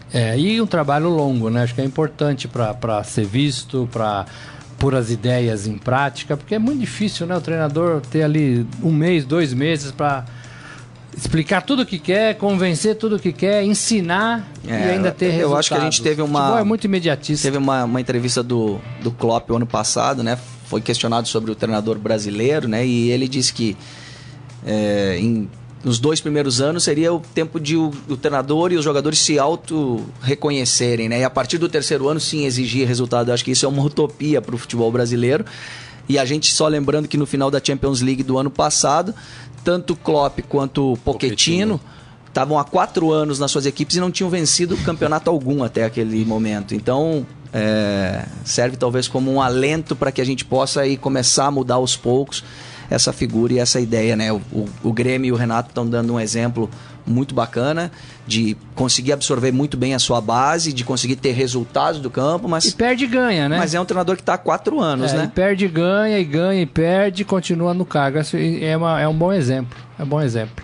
É, e um trabalho longo, né? Acho que é importante para ser visto, para pôr as ideias em prática, porque é muito difícil, né? O treinador ter ali um mês, dois meses para explicar tudo o que quer, convencer tudo o que quer, ensinar é, e ainda ter resultados. Eu acho que a gente teve uma... O futebol é muito imediatista. Teve uma, uma entrevista do, do Klopp ano passado, né? Foi questionado sobre o treinador brasileiro, né? E ele disse que é, em, nos dois primeiros anos seria o tempo de o, o treinador e os jogadores se auto-reconhecerem, né? E a partir do terceiro ano, sim, exigir resultado. Eu acho que isso é uma utopia para o futebol brasileiro. E a gente só lembrando que no final da Champions League do ano passado, tanto Klopp quanto Pochettino estavam há quatro anos nas suas equipes e não tinham vencido campeonato algum até aquele momento. Então, é, serve talvez como um alento para que a gente possa aí começar a mudar aos poucos essa figura e essa ideia, né? O, o, o Grêmio e o Renato estão dando um exemplo muito bacana de conseguir absorver muito bem a sua base, de conseguir ter resultados do campo, mas... E perde e ganha, né? Mas é um treinador que está há quatro anos, é, né? E perde e ganha, e ganha e perde, e continua no cargo. É, uma, é um bom exemplo, é um bom exemplo.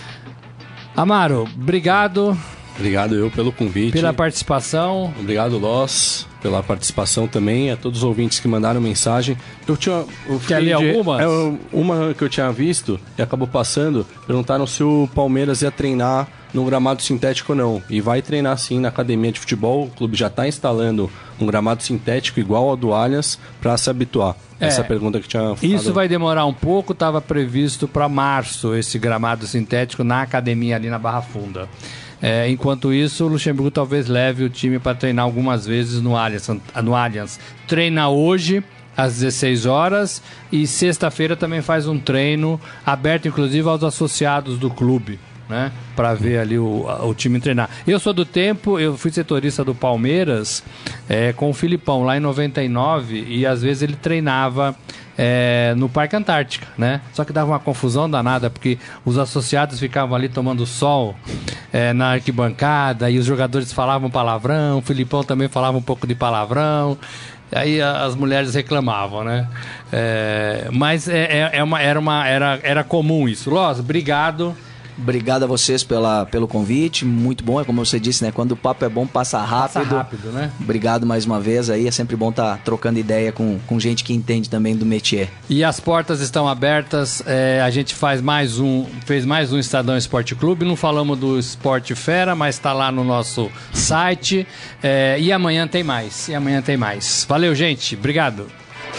Amaro, obrigado. Obrigado eu pelo convite. Pela participação. Obrigado, Loss, pela participação também, a todos os ouvintes que mandaram mensagem. Eu tinha... Eu Quer ler de, algumas? É, uma que eu tinha visto e acabou passando, perguntaram se o Palmeiras ia treinar no gramado sintético ou não. E vai treinar sim na academia de futebol. O clube já está instalando um gramado sintético igual ao do Allianz para se habituar. É, essa pergunta que tinha falado. Isso vai demorar um pouco, estava previsto para março esse gramado sintético na academia ali na Barra Funda. É, enquanto isso, o Luxemburgo talvez leve o time para treinar algumas vezes no Allianz, no Allianz. Treina hoje às dezesseis horas e sexta-feira também faz um treino aberto inclusive aos associados do clube, né? Para ver ali o, o time treinar. Eu sou do tempo, eu fui setorista do Palmeiras é, com o Filipão lá em noventa e nove e às vezes ele treinava é, no Parque Antártica, né? Só que dava uma confusão danada porque os associados ficavam ali tomando sol é, na arquibancada e os jogadores falavam palavrão, o Filipão também falava um pouco de palavrão. Aí as mulheres reclamavam, né? É, mas é, é uma, era, uma, era, era comum isso. Loz, obrigado. Obrigado a vocês pela, pelo convite, muito bom, é como você disse, né? Quando o papo é bom, passa rápido. Passa rápido, né? Obrigado mais uma vez aí, é sempre bom estar tá trocando ideia com, com gente que entende também do métier. E as portas estão abertas, é, a gente faz mais um, fez mais um Estadão Esporte Clube, não falamos do Esporte Fera, mas está lá no nosso site, é, e amanhã tem mais, e amanhã tem mais. Valeu, gente, obrigado.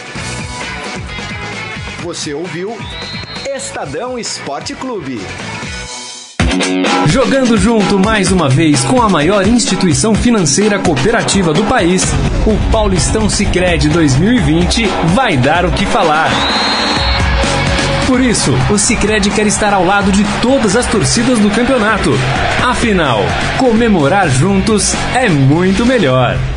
Você ouviu Estadão Esporte Clube. Jogando junto mais uma vez com a maior instituição financeira cooperativa do país, o Paulistão Sicredi dois mil e vinte vai dar o que falar. Por isso, o Sicredi quer estar ao lado de todas as torcidas do campeonato. Afinal, comemorar juntos é muito melhor.